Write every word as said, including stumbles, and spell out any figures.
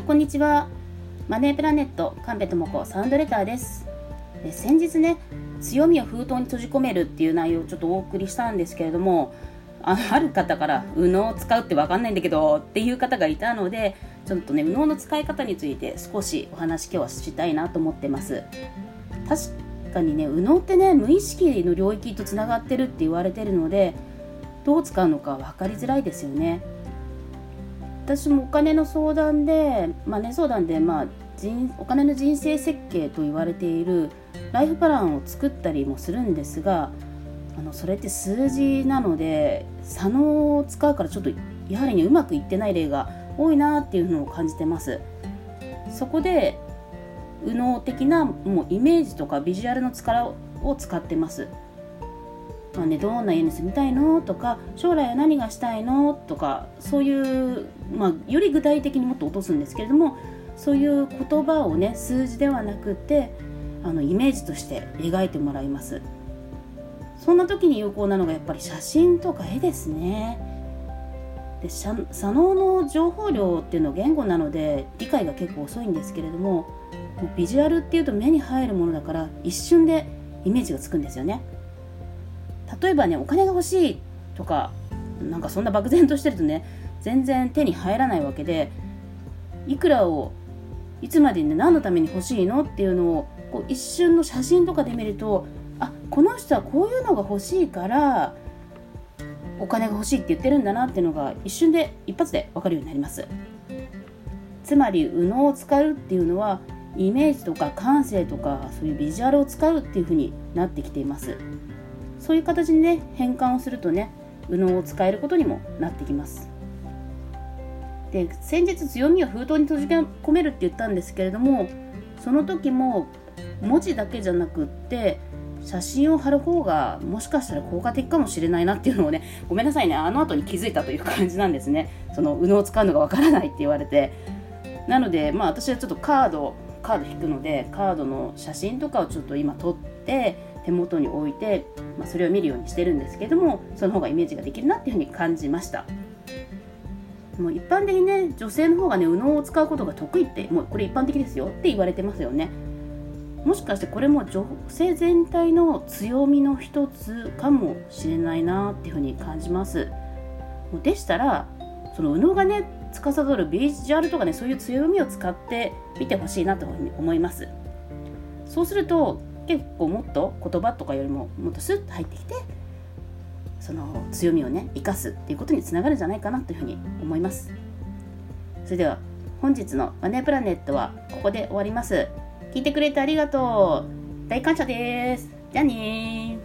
こんにちは。マネープラネット神戸智子サウンドレターです。で先日ね、強みを封筒に閉じ込めるっていう内容をちょっとお送りしたんですけれども、 あ, ある方から右脳を使うって分かんないんだけどっていう方がいたので、ちょっとね右脳の使い方について少しお話今日はしたいなと思ってます。確かにね、右脳ってね無意識の領域とつながってるって言われてるので、どう使うのか分かりづらいですよね。私もお金の相談で、マネー相談で、まあ、人お金の人生設計と言われているライフプランを作ったりもするんですが、あのそれって数字なので左脳を使うからちょっとやはりねうまくいってない例が多いなっていうのを感じてます。そこで右脳的なもうイメージとかビジュアルの力を使ってます。まあね、どんな家に住みたいのとか、将来は何がしたいのとか、そういう、まあ、より具体的にもっと落とすんですけれども、そういう言葉をね数字ではなくてあのイメージとして描いてもらいます。そんな時に有効なのがやっぱり写真とか絵ですね。で左脳の情報量っていうのは言語なので理解が結構遅いんですけれども、ビジュアルっていうと目に入るものだから一瞬でイメージがつくんですよね。例えばね、お金が欲しいとか、なんかそんな漠然としてるとね全然手に入らないわけで、いくらをいつまでに、ね、何のために欲しいのっていうのをこう一瞬の写真とかで見ると、あ、この人はこういうのが欲しいからお金が欲しいって言ってるんだなっていうのが一瞬で一発で分かるようになります。つまり右脳を使うっていうのはイメージとか感性とかそういうビジュアルを使うっていう風になってきています。そういう形にね変換をするとね右脳を使えることにもなってきます。で先日強みを封筒に閉じ込めるって言ったんですけれども、その時も文字だけじゃなくって写真を貼る方がもしかしたら効果的かもしれないなっていうのをね、ごめんなさいね、あの後に気づいたという感じなんですね。その右脳を使うのがわからないって言われて、なのでまあ私はちょっとカードカード引くので、カードの写真とかをちょっと今撮って手元に置いて、まあ、それを見るようにしてるんですけども、その方がイメージができるなっていうふうに感じました。もう一般的にね、女性の方がね右脳を使うことが得意って、もうこれ一般的ですよって言われてますよね。もしかしてこれも女性全体の強みの一つかもしれないなっていうふうに感じます。でしたらその右脳がね司るビジュアルとかね、そういう強みを使ってみてほしいなというふうに思います。そうすると結構もっと言葉とかよりももっとスッと入ってきて、その強みをね生かすっていうことにつながるんじゃないかなというふうに思います。それでは本日のマネープラネットはここで終わります。聞いてくれてありがとう。大感謝です。じゃあねー。